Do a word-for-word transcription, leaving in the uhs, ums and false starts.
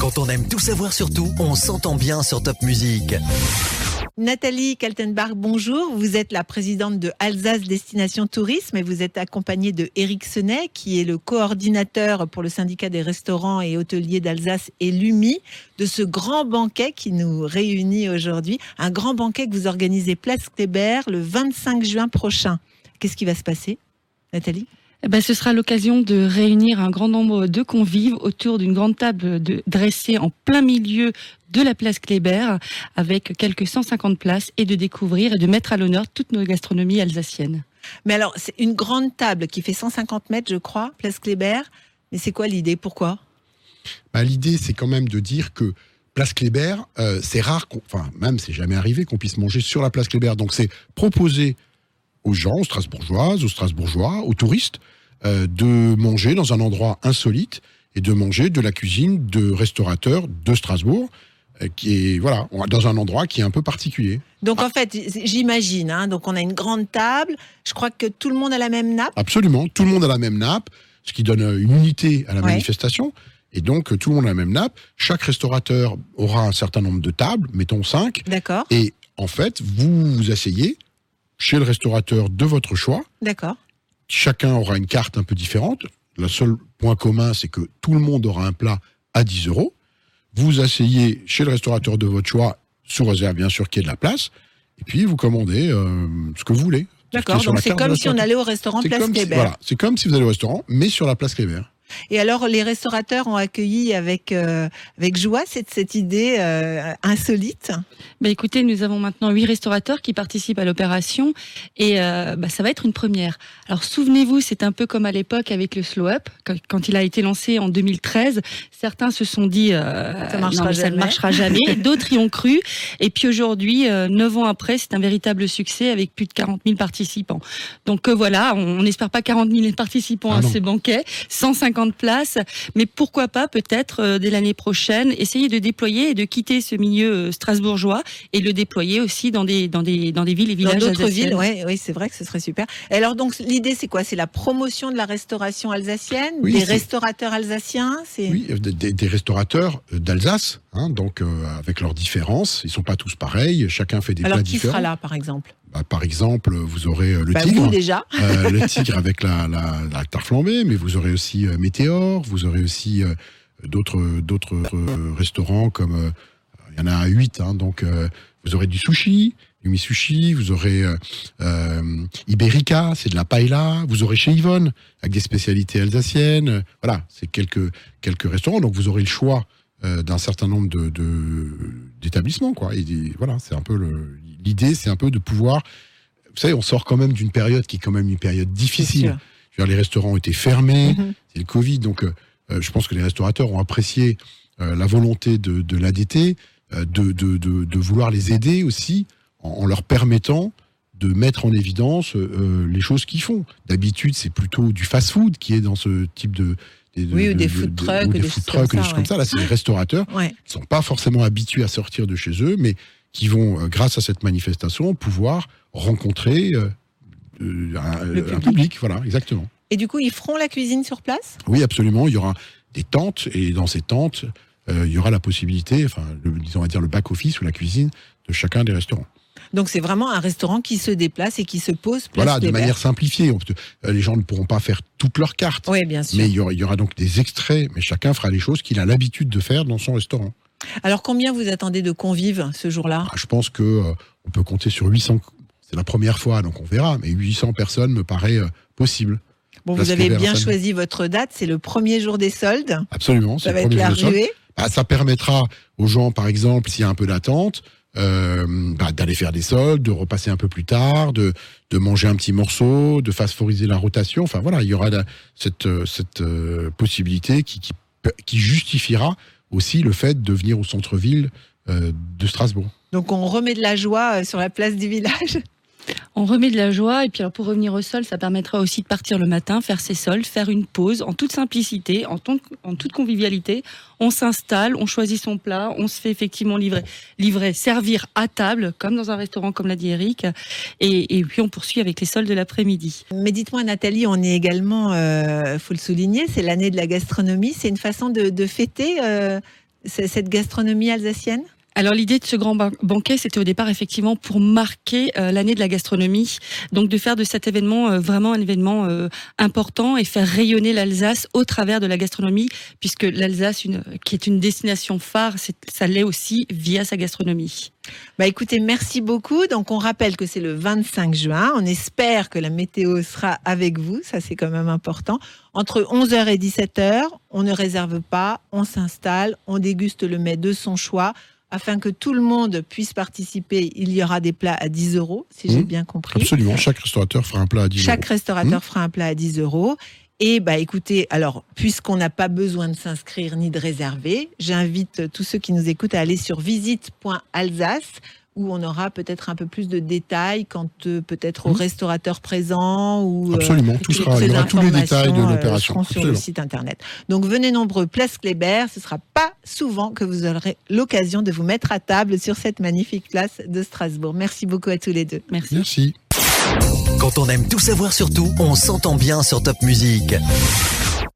Quand on aime tout savoir sur tout, on s'entend bien sur Top Music. Nathalie Kaltenbach, bonjour. Vous êtes la présidente de Alsace Destination Tourisme et vous êtes accompagnée de Éric Senet, qui est le coordinateur pour le syndicat des restaurants et hôteliers d'Alsace et l'U M I, de ce grand banquet qui nous réunit aujourd'hui. Un grand banquet que vous organisez Place Kléber le vingt-cinq juin prochain. Qu'est-ce qui va se passer, Nathalie ? Eh ben, ce sera l'occasion de réunir un grand nombre de convives autour d'une grande table de, dressée en plein milieu de la place Kléber, avec quelques cent cinquante places, et de découvrir et de mettre à l'honneur toute nos gastronomies alsaciennes. Mais alors, c'est une grande table qui fait cent cinquante mètres, je crois, place Kléber. Mais c'est quoi l'idée ? Pourquoi ? Bah, l'idée, c'est quand même de dire que place Kléber, euh, c'est rare, qu'on, enfin, même c'est jamais arrivé qu'on puisse manger sur la place Kléber. Donc, c'est proposer aux gens, aux Strasbourgeoises, aux Strasbourgeois, aux touristes, euh, de manger dans un endroit insolite et de manger de la cuisine de restaurateurs de Strasbourg, euh, qui est, voilà, dans un endroit qui est un peu particulier. Donc ah. en fait, j'imagine, hein, donc on a une grande table, je crois que tout le monde a la même nappe. Absolument, tout le monde a la même nappe, ce qui donne une unité à la ouais. manifestation. Et donc, tout le monde a la même nappe. Chaque restaurateur aura un certain nombre de tables, mettons cinq. D'accord. Et en fait, vous vous asseyez chez le restaurateur de votre choix. D'accord. Chacun aura une carte un peu différente. Le seul point commun, c'est que tout le monde aura un plat à dix euros. Vous vous asseyez chez le restaurateur de votre choix, sous réserve bien sûr qu'il y ait de la place, et puis vous commandez euh, ce que vous voulez. D'accord, donc c'est comme si on allait au restaurant Place Kléber. Si, voilà, c'est comme si vous allez au restaurant, mais sur la place Kléber. Et alors, les restaurateurs ont accueilli avec, euh, avec joie cette, cette idée euh, insolite. Bah écoutez, nous avons maintenant huit restaurateurs qui participent à l'opération et euh, bah ça va être une première. Alors souvenez-vous, c'est un peu comme à l'époque avec le Slow Up, quand, quand il a été lancé en deux mille treize. Certains se sont dit euh, ça, marchera non, mais ça ne marchera jamais. D'autres y ont cru. Et puis aujourd'hui, euh, neuf ans après, c'est un véritable succès avec plus de quarante mille participants. Donc euh, voilà, on n'espère pas quarante mille participants ah à non. ces banquets, cent cinquante places, mais pourquoi pas peut-être euh, dès l'année prochaine essayer de déployer et de quitter ce milieu euh, strasbourgeois et le déployer aussi dans des dans des dans des villes et villages dans d'autres alsaciennes. villes. Ouais, oui, c'est vrai que ce serait super. Et alors donc l'idée c'est quoi ? C'est la promotion de la restauration alsacienne, oui, des c'est... restaurateurs alsaciens. C'est... Oui, des, des restaurateurs d'Alsace, hein, donc euh, avec leurs différences. Ils sont pas tous pareils. Chacun fait des alors, plats différents. Alors qui sera là, par exemple ? Bah, par exemple, vous aurez euh, le bah, tigre, vous déjà. euh, le tigre avec la, la, la tarte flambée, mais vous aurez aussi euh, Météor, vous aurez aussi euh, d'autres, d'autres euh, restaurants comme euh, il y en a huit, hein, donc euh, vous aurez du sushi, du mi-sushi, vous aurez euh, euh, Iberica, c'est de la paella, vous aurez chez Yvonne avec des spécialités alsaciennes, euh, voilà, c'est quelques quelques restaurants, donc vous aurez le choix euh, d'un certain nombre de, de d'établissements, quoi. Et, et voilà, c'est un peu le l'idée, c'est un peu de pouvoir. Vous savez, on sort quand même d'une période qui est quand même une période difficile. Je veux dire, les restaurants ont été fermés, mm-hmm. c'est le Covid, donc euh, je pense que les restaurateurs ont apprécié euh, la volonté de, de l'A D T, euh, de, de, de, de vouloir les aider aussi, en, en leur permettant de mettre en évidence euh, les choses qu'ils font. D'habitude, c'est plutôt du fast-food qui est dans ce type de... Des, oui, de, ou des de, food trucks, ou des, des food trucks, des choses ouais. comme ça. Là, c'est les restaurateurs ouais. qui ne sont pas forcément habitués à sortir de chez eux, mais qui vont, euh, grâce à cette manifestation, pouvoir rencontrer euh, euh, un, le public. un public. Voilà, exactement. Et du coup, ils feront la cuisine sur place ? Oui, absolument. Il y aura des tentes, et dans ces tentes, euh, il y aura la possibilité, enfin, le, disons, on va dire le back-office ou la cuisine de chacun des restaurants. Donc c'est vraiment un restaurant qui se déplace et qui se pose place Voilà, de Kléber. manière simplifiée. Les gens ne pourront pas faire toutes leurs cartes. Oui, bien sûr. Mais il y aura, il y aura donc des extraits, mais chacun fera les choses qu'il a l'habitude de faire dans son restaurant. Alors combien vous attendez de convives ce jour-là ? ah, Je pense qu'on euh, peut compter sur huit cents. C'est la première fois, donc on verra. Mais huit cents personnes me paraît euh, possible. Bon, vous avez bien choisi votre date. C'est le premier jour des soldes. Absolument. Ça va être la ruée. Bah, ça permettra aux gens, par exemple, s'il y a un peu d'attente, Euh, bah, d'aller faire des soldes, de repasser un peu plus tard, de, de manger un petit morceau, de favoriser la rotation. Enfin voilà, il y aura la, cette, cette euh, possibilité qui, qui, qui justifiera aussi le fait de venir au centre-ville euh, de Strasbourg. Donc on remet de la joie sur la place du village. On remet de la joie, et puis alors pour revenir au sol, ça permettra aussi de partir le matin, faire ses soldes, faire une pause en toute simplicité, en, ton, en toute convivialité. On s'installe, on choisit son plat, on se fait effectivement livrer, livrer, servir à table, comme dans un restaurant, comme l'a dit Eric, et, et puis on poursuit avec les soldes de l'après-midi. Mais dites-moi Nathalie, on est également, il euh, faut le souligner, c'est l'année de la gastronomie, c'est une façon de, de fêter euh, cette gastronomie alsacienne ? Alors l'idée de ce grand banquet, c'était au départ effectivement pour marquer euh, l'année de la gastronomie, donc de faire de cet événement euh, vraiment un événement euh, important et faire rayonner l'Alsace au travers de la gastronomie, puisque l'Alsace, une, qui est une destination phare, c'est, ça l'est aussi via sa gastronomie. Bah écoutez, merci beaucoup. Donc on rappelle que c'est le vingt-cinq juin. On espère que la météo sera avec vous. Ça, c'est quand même important. Entre onze heures et dix-sept heures, on ne réserve pas, on s'installe, on déguste le mets de son choix. Afin que tout le monde puisse participer, il y aura des plats à dix euros, si mmh. j'ai bien compris. Absolument, chaque restaurateur fera un plat à dix euros. Chaque restaurateur mmh. fera un plat à dix euros. Et bah écoutez, alors, puisqu'on n'a pas besoin de s'inscrire ni de réserver, j'invite tous ceux qui nous écoutent à aller sur visite point alsace, où on aura peut-être un peu plus de détails quant euh, peut-être aux mmh. restaurateurs présents. Ou, Absolument, euh, tout sera, il y aura tous les détails de l'opération. Euh, seront sur le site internet. Donc venez nombreux, place Kléber, ce ne sera pas souvent que vous aurez l'occasion de vous mettre à table sur cette magnifique place de Strasbourg. Merci beaucoup à tous les deux. Merci. Merci. Quand on aime tout savoir sur tout, on s'entend bien sur Top Music.